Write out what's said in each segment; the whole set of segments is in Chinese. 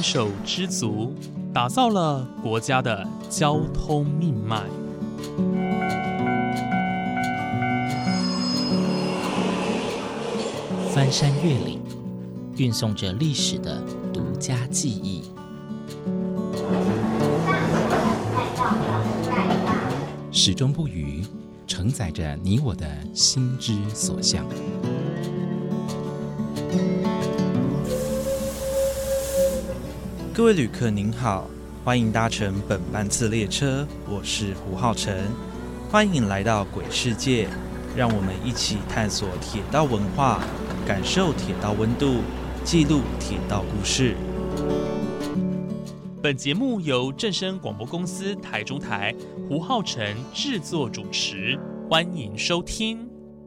手知足，打造了国家的交通命脉。 翻山越岭，运送着历史的独家记忆。始终不渝，承载着你我的心之所向。 各位旅客您好，欢迎搭乘本班次列车，我是胡浩辰，欢迎来到鬼世界，让我们一起探索铁道文化，感受铁道温度，记录铁道故事。 本节目由正声广播公司台中台胡浩辰制作主持，欢迎收听。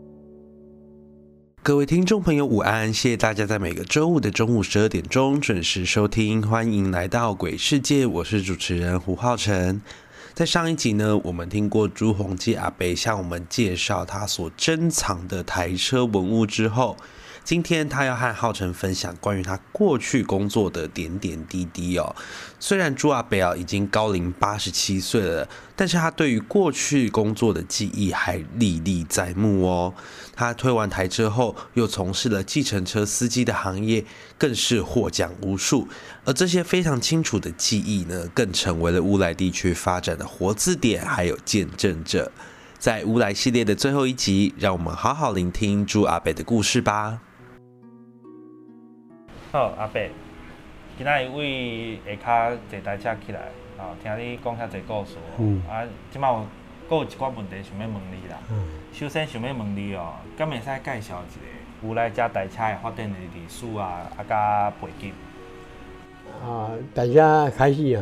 各位听众朋友午安，谢谢大家在每个周五的中午12点钟准时收听，欢迎来到鬼世界，我是主持人胡浩辰。在上一集呢，我们听过朱鸿基阿伯向我们介绍他所珍藏的台车文物之后，今天他要和浩辰分享关于他过去工作的点点滴滴哦。虽然朱阿伯已经高龄87岁了，但是他对于过去工作的记忆还历历在目哦。他推完台车后，又从事了计程车司机的行业，更是获奖无数。而这些非常清楚的记忆呢，更成为了乌来地区发展的活字典，还有见证者。在乌来系列的最后一集，让我们好好聆听朱阿伯的故事吧。 好，阿伯，今仔日为下骹坐台车起来，听你讲遐侪故事即摆有一寡问题想要问你啦。首先想要问你敢会使介绍一下乌来遮台车的发展的历史甲背景？ 台车开始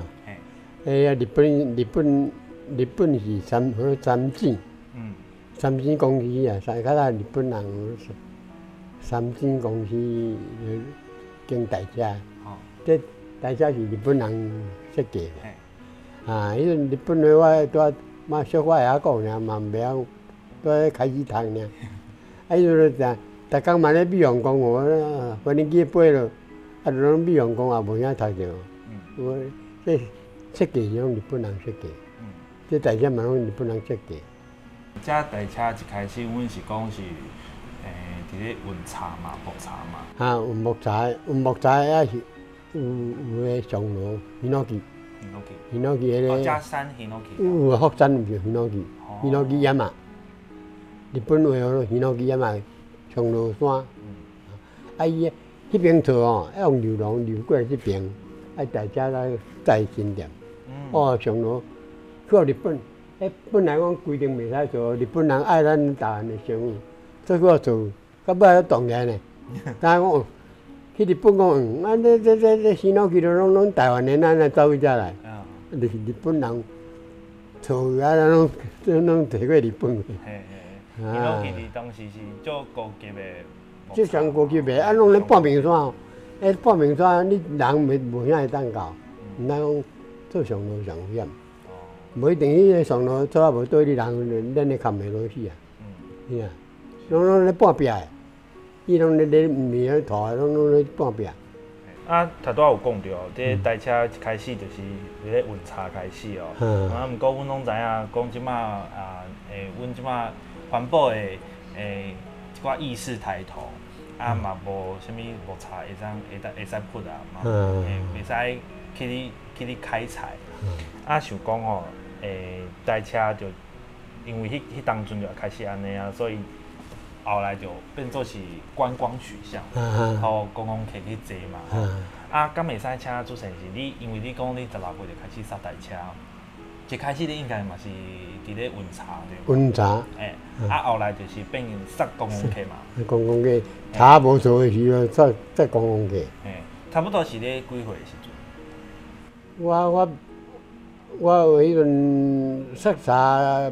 日本是三井，三井公司啊，较早日本人三井公司经台车，这台车是日本人设计的。迄阵日本的我拄嘛小可会晓讲尔，嘛袂晓拄开始读尔。迄阵逐工嘛咧美容工学，飞机机飞落，就拢美容工也无啥读着。这设计是拢日本人设计，这台车嘛拢日本人设计。 这台车一开始阮是讲是伫咧运茶嘛、木茶嘛。 有木茶，也是有诶上路ヒノキ迄个。 加山ヒノキ。 有福山毋是ヒノキ山嘛。日本话叫ヒノキ山嘛，上路山。伊迄边坐要用流浪流过来这边，台车来载新店。上路去日本，本来讲规定袂使做，日本人爱咱台湾的生意，做去做。到尾还动起来呢，但系讲去日本讲，这新老去都拢台湾人，咱走去遮来，就是日本人错拢摕过日本去。 新老去伫当时是做高级的， 即上高级的，拢咧半屏山，半屏山你人无啥会当到，毋通讲做上路上险，无一定迄个上路做啊无对你人，咱咧看袂落去啊，是啊，拢咧半壁的。伊拢咧面咧拖，拢咧半壁。 头拄有讲着，这台车一开始就是伫咧运茶开始毋过阮拢知影，讲即马阮即马环保的一寡意识抬头，嘛无啥物木茶会使喷嘛，袂使去你开采。想讲台车就因为迄当阵就开始安尼所以。后来就变做是观光取向，互观光客去坐嘛。敢袂使请主持人是你，因为你讲你16岁就开始刹台车，一开始你应该嘛是伫咧运茶对。 运茶。 后来就是变刹观光客嘛。 观光客，茶无做的时候刹观光客。 差不多是咧几岁的时阵？ 我迄阵刹茶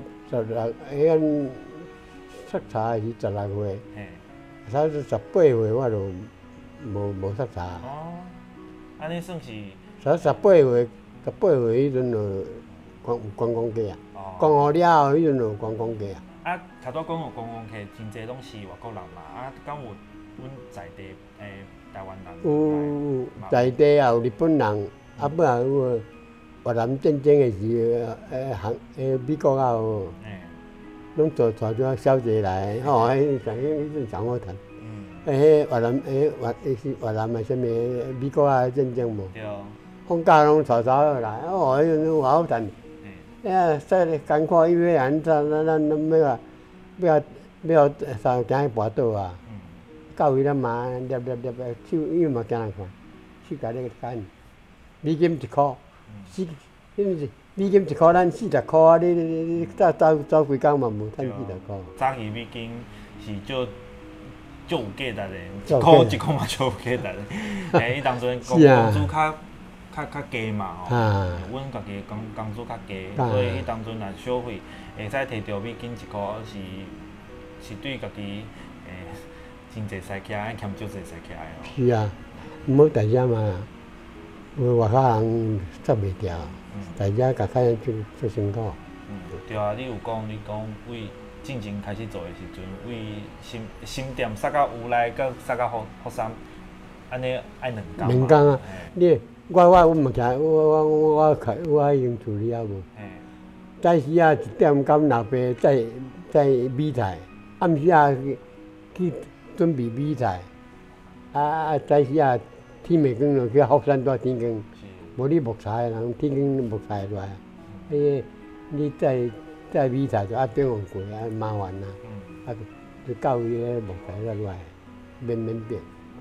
刹茶是16岁，差不多18岁我就无刹茶。 安尼算是。 18岁迄阵就有观光客讲好了后，迄阵就有观光客头拄讲有观光客，真侪拢是外国人嘛。敢有阮在地台湾人有在地也有日本人，啊，不然有越南战争的时候，美国也有，拢带咗小姐来，吼，迄阵上好谈。越南是啥物？美国啊战争无？ 对。 放假拢带来，迄阵偌好谈。说艰苦伊要咱要行去跋倒啊！到位咱嘛捏，手伊嘛惊人看，手甲你干，美金1箍，美金1箍，咱40箍啊！你走几工嘛无趁40箍。 早期美金是足有价值的，1箍嘛足有价值的。伊当阵工资较低嘛吼，阮家己工资较低，所以迄当阵若消费会使摕到美金1箍，是对家己真侪使起来，欠少侪使起来哦。 是啊，毋好大家嘛，有外口人做袂掉，大家甲较人做辛苦。 对啊，你讲为进前开始做的时阵，为新店杀到有来，甲杀到福山，安尼爱2工。2 工啊！我物件，我已经处理啊无。早时啊1点到6杯，再米菜，暗时啊去准备米菜。早时啊天未光就去福山带天光，无你木材人天光木材来，你再米菜就变用过啊麻烦啦。就到位咧木材再来，免变。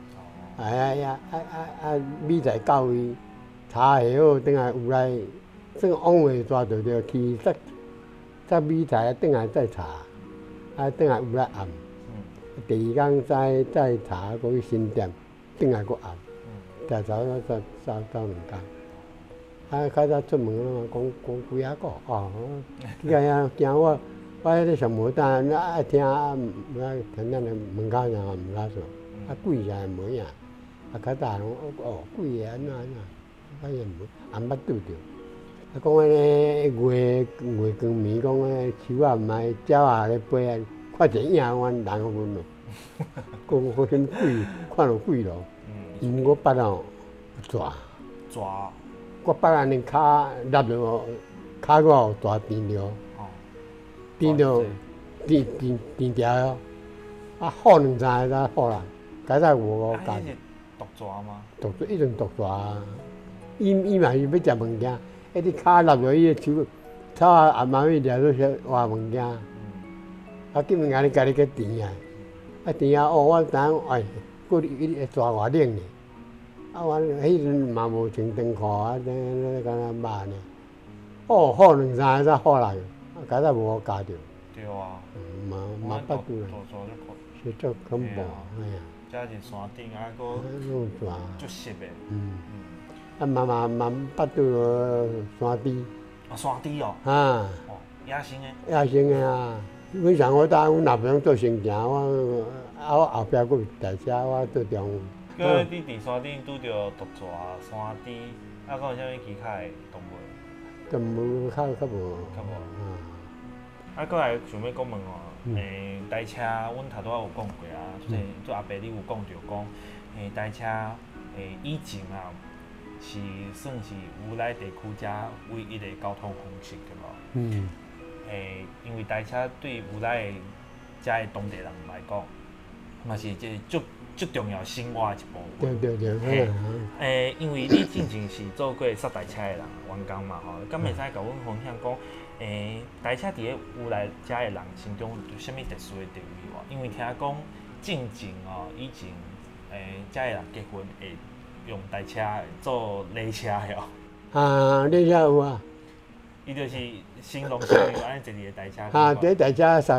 米菜到位，茶下好，等下有来，算往回抓着去摘米菜，等下再茶，等下有来暗。第二天再茶，过去新店，等下搁暗。再走2工。较早出门咯，讲几啊个惊我迄个上无单，爱听听咱的门口人也毋敢说，贵啥无影。较早拢贵个安怎，反正无也毋捌拄着。讲迄个月光暝，讲迄树仔毋爱鸟仔咧飞啊，看一影阮人阮咯。讲什么鬼，看到鬼咯。我捌哦，蛇。我捌安尼骹落落，骹我有蛇甜着，甜着甜条哦，好2、3个才好啦。较早有5工。 毒蛇吗？ 一阵毒蛇啊！伊嘛是要食物件，你骹落落伊个手，草啊嘛去掠做些活物件。叫物件你家己去甜啊！甜啊！我知影佫伊蛇偌冷呢。我迄阵嘛无穿长裤啊，敢若肉呢。好2、3个才好啦，较早无好加着。 对啊。 嘛捌拄啦。是足恐怖，哎呀！ 遮是山顶啊，佫足湿的。 嘛捌拄着山猪。 山猪哦。野生的。 野生的啊！阮上好搭，阮老爸做生行，我后壁佫有台车，我做中。 你伫山顶拄着毒蛇、山猪，还有啥物其他的动物？ 动物较无。 佫来想要讲问台车，阮头拄仔有讲过啊，做阿伯你有讲着讲，台车以前啊是算是有来地区遮唯一的交通方式，对无？因为台车对有来的遮的当地人来讲，嘛是一个足重要生活的一部分。 对。 因为你之前是做过刹台车的人员工嘛吼，敢袂使甲阮分享讲？台车伫咧有来遮的人心中有啥物特殊的地位无？因为听讲进前哦，以前遮的人结婚会用台车做礼车的礼车有啊。 伊就是形容是安尼一个台车。 第台车载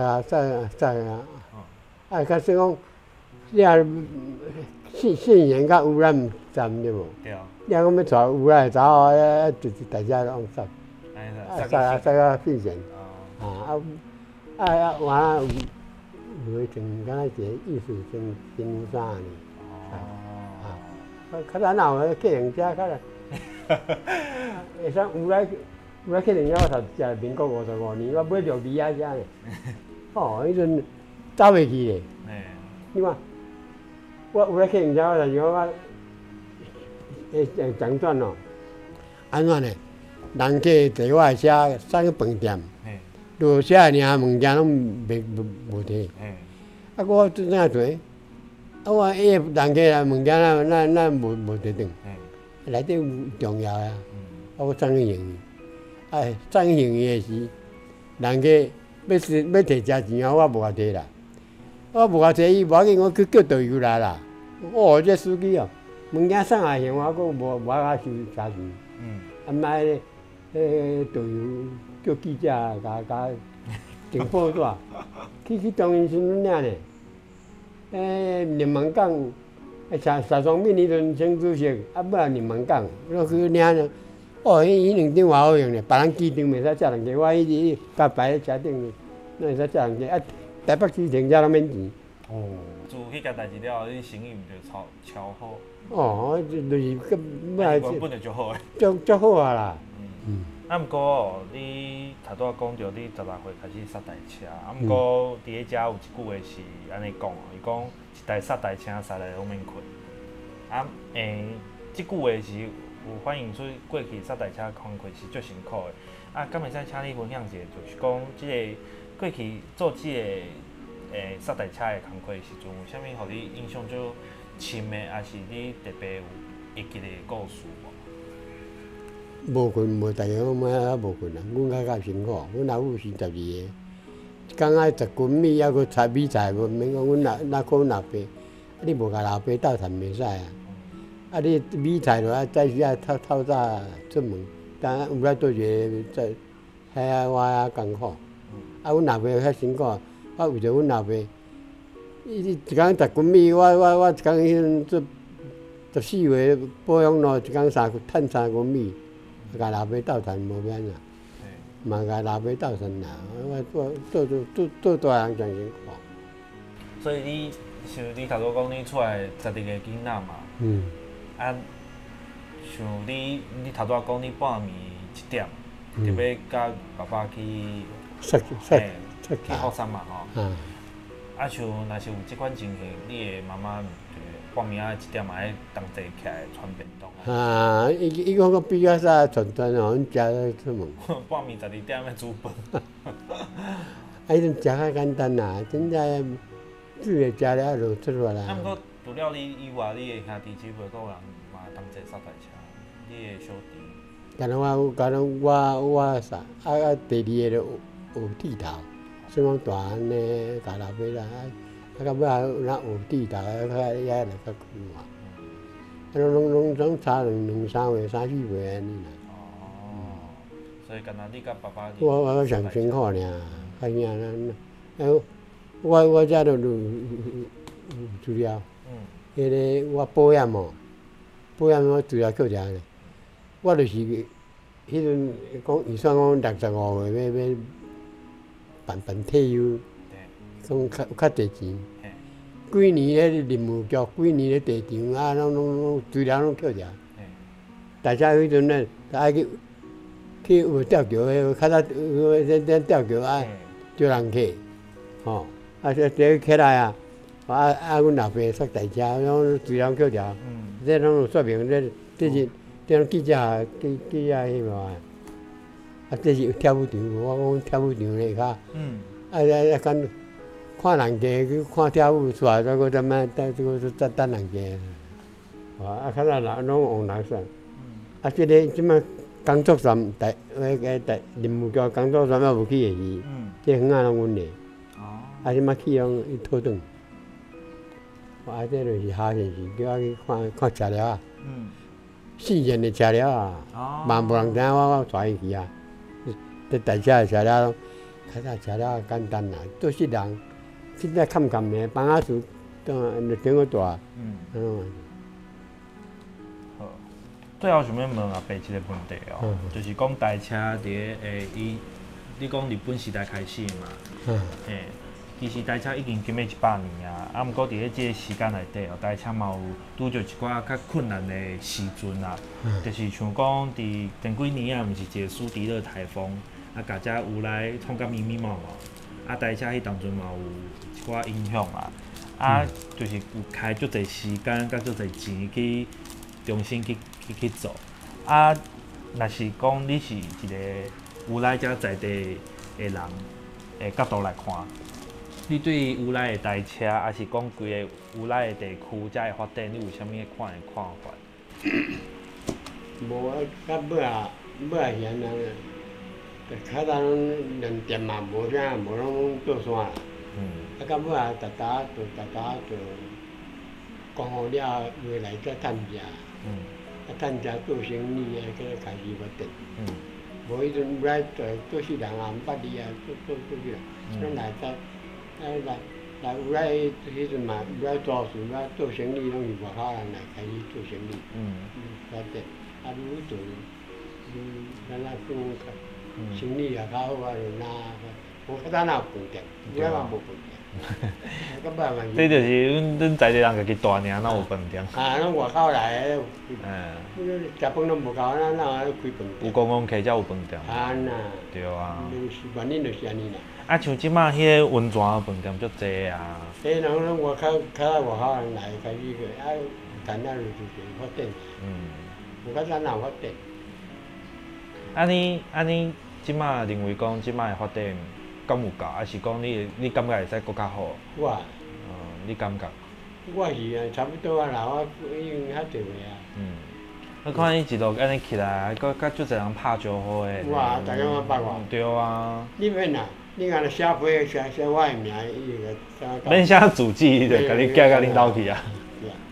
啊。假使讲，你啊信源甲污染站对无？ 对。 你讲要带污染查某，就是台车往塞。塞到肺炎，完了有诶种敢若一个意思真啥呢？较早哪有客人车较来，会使有来客人车，我头食民国55年，我买62啊车呢。迄阵走袂去咧。你看， 我有咧去人家，但是我长短哦，安怎呢？人客坐我的车送去饭店，落车尔物件拢无摕。啊，我做啥做？啊，我人客来物件咱无摕转，内底有重要啊。啊，我送去行。哎，送去行的时，人客要摕车钱啊，我无甲摕啦。我无甲摕，伊无要紧，我去叫导游来啦。哦，这司机哦，物件送也行，我佫无甲收车钱。啊，卖咧，导游叫记者甲订报纸，去中央新闻领咧。林文港，沙双面迄阵陈主席，啊，尾啊林文港，我去领了。哦，迄两张偌好用咧，别人机场袂使载人家，我迄甲摆喺车顶，哪会使载人家？啊，台北市停车拢免钱。 哦，做迄件代志了后，你生意毋就超好？ 哦，就是原本就足好诶。 足好啊啦。 啊，毋过哦，你头拄仔讲着你16岁开始刹台车，啊，毋过伫咧遮有一句话是安尼讲哦，伊讲一台刹台车刹来拢免困。啊，即句话是有反映出过去刹台车工课是足辛苦诶。啊，敢会使请你分享一下，就是讲即个过去做即个刹台车诶工课时阵，有啥物互你印象最深诶，还是你特别有会记诶故事无？ 无困，无大家讲买啊无困啊，阮较辛苦。阮老母是12个，一工爱10斤米，还佫采米菜，无免讲阮若靠老爸，你无甲老爸斗趁袂使啊。啊，你米菜就啊早时啊透早出门，当有咧倒一个在海啊我啊艰苦。啊，阮老爸较辛苦，我为着阮老爸，伊一工10斤米，我一工迄阵做14月保养路，一工趁3斤米。甲老爸斗趁无免啦，嘛甲老爸斗趁啦。我做大人真辛苦。 所以你像你头拄讲，你出来12个囡仔嘛，啊，像你头拄仔讲，你半暝1点就要甲爸爸去去后山嘛吼。啊，像若是有即款情形，你的妈妈半暝1点嘛，爱同齐起来传便当。 啊，伊讲个比较早传传哦，阮食出门。 半暝12点要煮饭。 啊，迄阵食较简单啦，真正煮个食了就出来啦。 啊，毋过除了你以外，你的兄弟姊妹个人嘛同齐刹台车，你的小弟。 干我啥？啊，第2个就有剃头，算讲大汉的甲老爸啦，啊到尾啊若有剃头，较也来较苦嘛。啊，拢差2、3岁、3、4岁安尼啦。 哦，所以干那你甲爸爸。 我上辛苦尔，较囝咱，我遮都有资料。迄个我保险哦，保险我资料扣一下咧。我就是迄阵讲预算讲65岁要办退休，讲较侪钱。几年咧林务局，几年咧地场啊，拢资料拢扣一下。大家迄阵咧，爱去有吊桥诶，较早吊桥啊，招人客，吼，啊这起来啊，阮老爸刹台车，拢资料扣条，这拢有说明，这是种记者迄个啊，这是跳舞场，我讲跳舞场咧较，看人家去看跳舞出来，再个怎么等人家，啊，较早拢往南山，啊，即个即摆工作站林务局工作站也无去个是，这远仔拢阮个，啊，即摆去拢伊讨转，啊，这就是下件事，叫我去看车了啊。4件的车了啊，嘛无人知影我带伊去啊。这台车的车了，较早车了简单啦，都是人，现在看的，帮下厝，就整个大。 好，最后想要问阿伯一个问题哦，就是讲台车伫你讲日本时代开始嘛，其实台车已经经过100年啊，啊，毋过伫咧即个时间内底哦，台车嘛有拄着一寡较困难的时阵啊，就是像讲伫前几年啊，毋是一个苏迪勒台风，啊，甲遮有来创甲密密麻麻，啊，台车迄当阵嘛有一寡影响啊， 啊，就是有开足侪时间，甲足侪钱去重新去做。啊，若是讲你是一个有来遮在地的人的角度来看，你对有来的台车，还是讲规个有来的地区遮的发展，你有啥物看法？ 无啊，到尾闲人啊，较早拢连店嘛无啥，无拢做啥。啊，到尾啊，逐家做，讲好了，回来再趁食。啊，趁食做生意啊，搁开始发展。无迄阵有来做事人啊，毋捌你啊，做事人，咱来有来迄阵嘛，有来做事，有来做生意，拢是外口人来开始做生意。发展，啊，愈做咱讲生意也较好啊，就无较早哪有饭店，有来嘛无饭店。 这就是阮在地人家己大尔，哪有饭店？ 啊，咱外口来的，食饭拢无够，咱哪开饭店？ 有公共客才有饭店。 啊那。 对啊。 原因就是安尼啦。 啊，像即摆迄个温泉的饭店足济啊。 迄人拢外口人来开始个，啊，谈啊就是发展。有较早哪有发展？ 安尼，即摆认为讲即摆的发展敢有够，还是讲你感觉会使搁较好？ 我。 你感觉？ 我是啊，差不多啊啦，我已经较侪个啊。 我看伊一路安尼起来，佮足侪人拍招呼的。 哇，大家捌我。 对啊。 你免啦，你若写批写我的名，伊个。 免写字迹，就甲你寄到恁兜去啊。 是啊。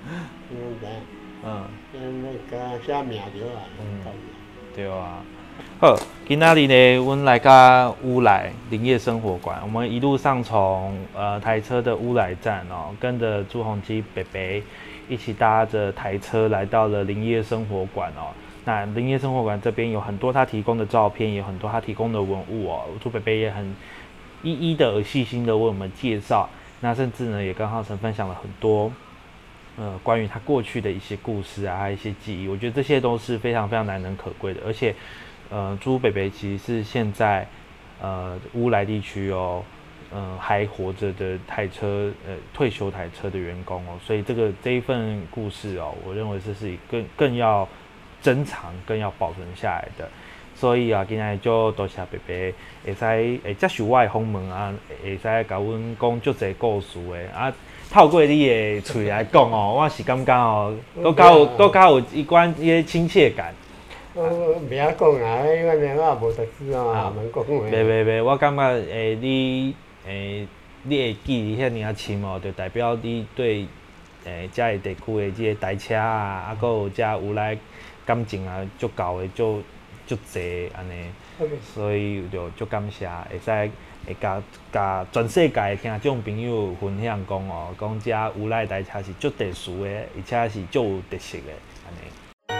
那写名就啊。 对啊。好，今仔日呢，阮来到乌来林业生活馆，我们一路上从台车的乌来站哦，跟着朱鸿基伯伯一起搭着台车来到了林业生活馆哦。那林业生活馆这边有很多他提供的照片，有很多他提供的文物哦。朱伯伯也很一一的细心的为我们介绍，那甚至呢也跟浩成分享了很多关于他过去的一些故事啊，还有一些记忆。我觉得这些都是非常非常难能可贵的，而且。朱伯伯其实是现在乌来地区哦，还活着的台车退休台车的员工哦，所以这一份故事哦，我认为这是更要珍藏、更要保存下来的。所以啊，今日就多谢伯伯会使接受我的访问啊，会使甲阮讲足侪故事的啊。透过你的嘴来讲哦，我是感觉哦，更较有一款伊个亲切感。 袂晓讲啦，因为名我也无读书啊，蛮讲话。 袂，我感觉你会记遐尔深哦，就代表你对遮个地区的即个台车啊，还有遮有来感情啊，足够的，足济安尼，所以就足感谢，会使会甲全世界的听众朋友分享讲哦，讲遮有来台车是足特殊的，而且是足有特色的安尼。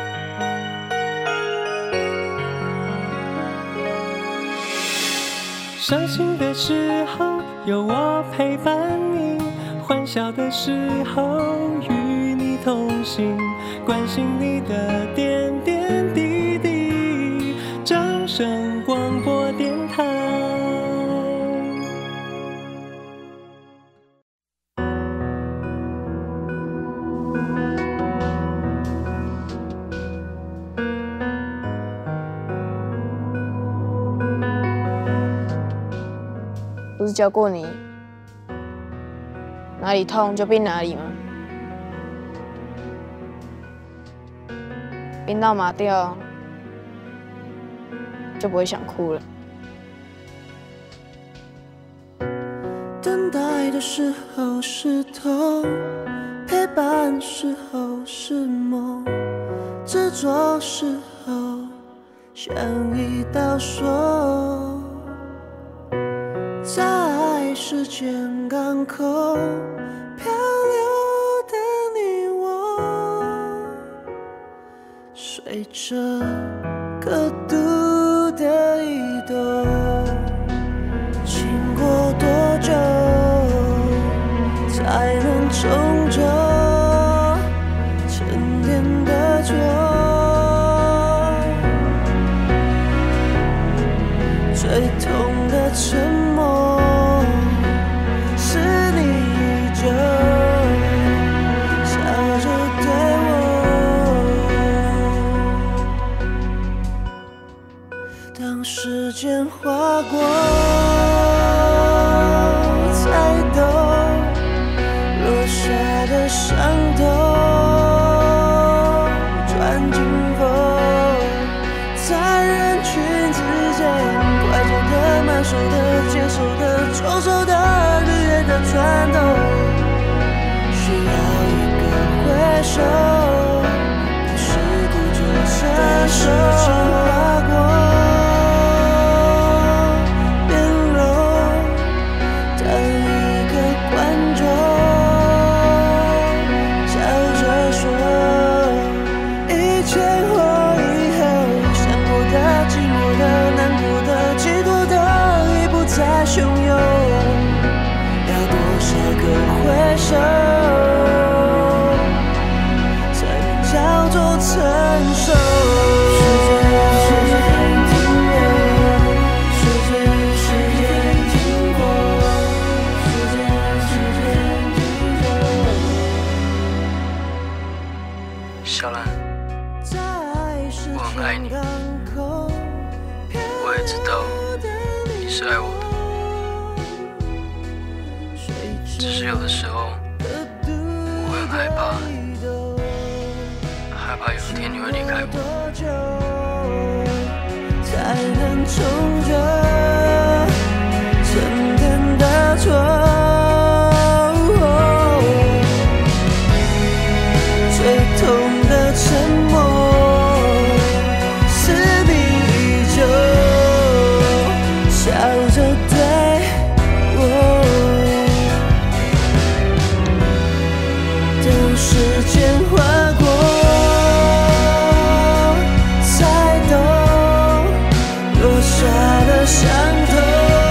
伤心的时候有我陪伴你，欢笑的时候与你同行，关心你的点点滴滴。掌声广播电台。 不是教过你哪里痛就冰哪里吗？冰到麻掉就不会想哭了。 等待的时候是痛，陪伴时候是梦，执着时候像一道锁。在时间港口漂流的你我，随着各度的移动，经过多久才能冲走沉淀的酒？最痛的沉默是你依旧。 的伤痛钻进风，在人群之间，快走的、慢手的、接受的、抽手的、日夜的转动，需要一个回首，不是故作成熟。划过面容，当一个观众，笑着说，一切或以后，想过的、寂寞的、难过的、寄托的，已不再汹涌。要多少个回首，才能叫做成熟？ 小兰，我很爱你，我也知道你是爱我的，只是有的时候我会很害怕，害怕有一天你会离开我， 才能冲着沉淀的错。最痛的沉默，死命依旧，笑着对我。等时间划过，才懂落下的伤痛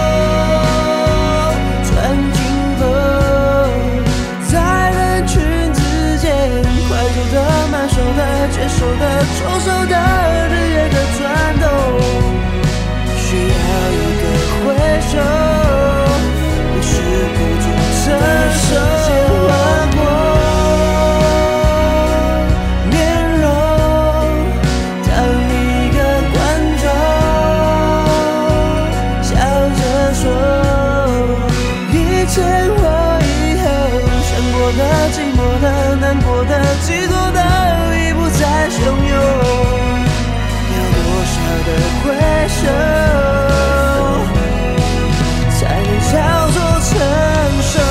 钻进风，在人群之间，快走的、慢手的、接受的、抽手的、日夜的转动，需要一个回首，不是故作成熟。划过面容，当一个观众，笑着说，一切或以后，想过的、寂寞的、难过的、寄托的，已不再汹涌。要多少的回首，才能叫做成熟？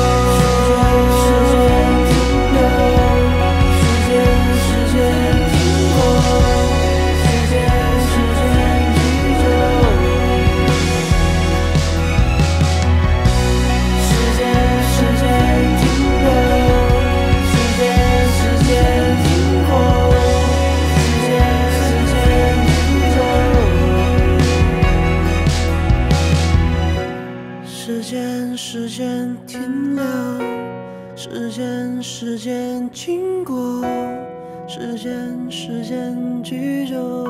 时间停留，时间经过，时间居住。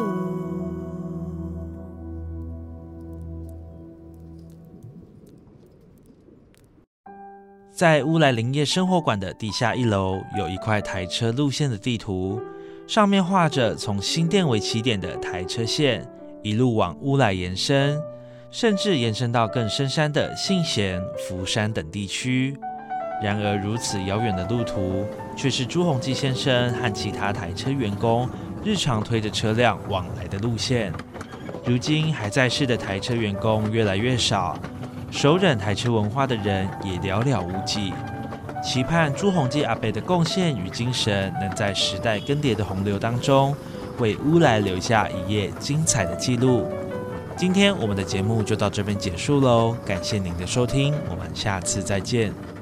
在乌来林业生活馆的地下1楼，有一块台车路线的地图，上面画着从新店为起点的台车线，一路往乌来延伸，甚至延伸到更深山的信贤、福山等地区。然而如此遥远的路途，却是朱鸿基先生和其他台车员工日常推着车辆往来的路线。如今还在世的台车员工越来越少，熟稔台车文化的人也寥寥无几。期盼朱鸿基阿伯的贡献与精神，能在时代更迭的洪流当中，为乌来留下一页精彩的记录。今天我们的节目就到这边结束喽，感谢您的收听，我们下次再见。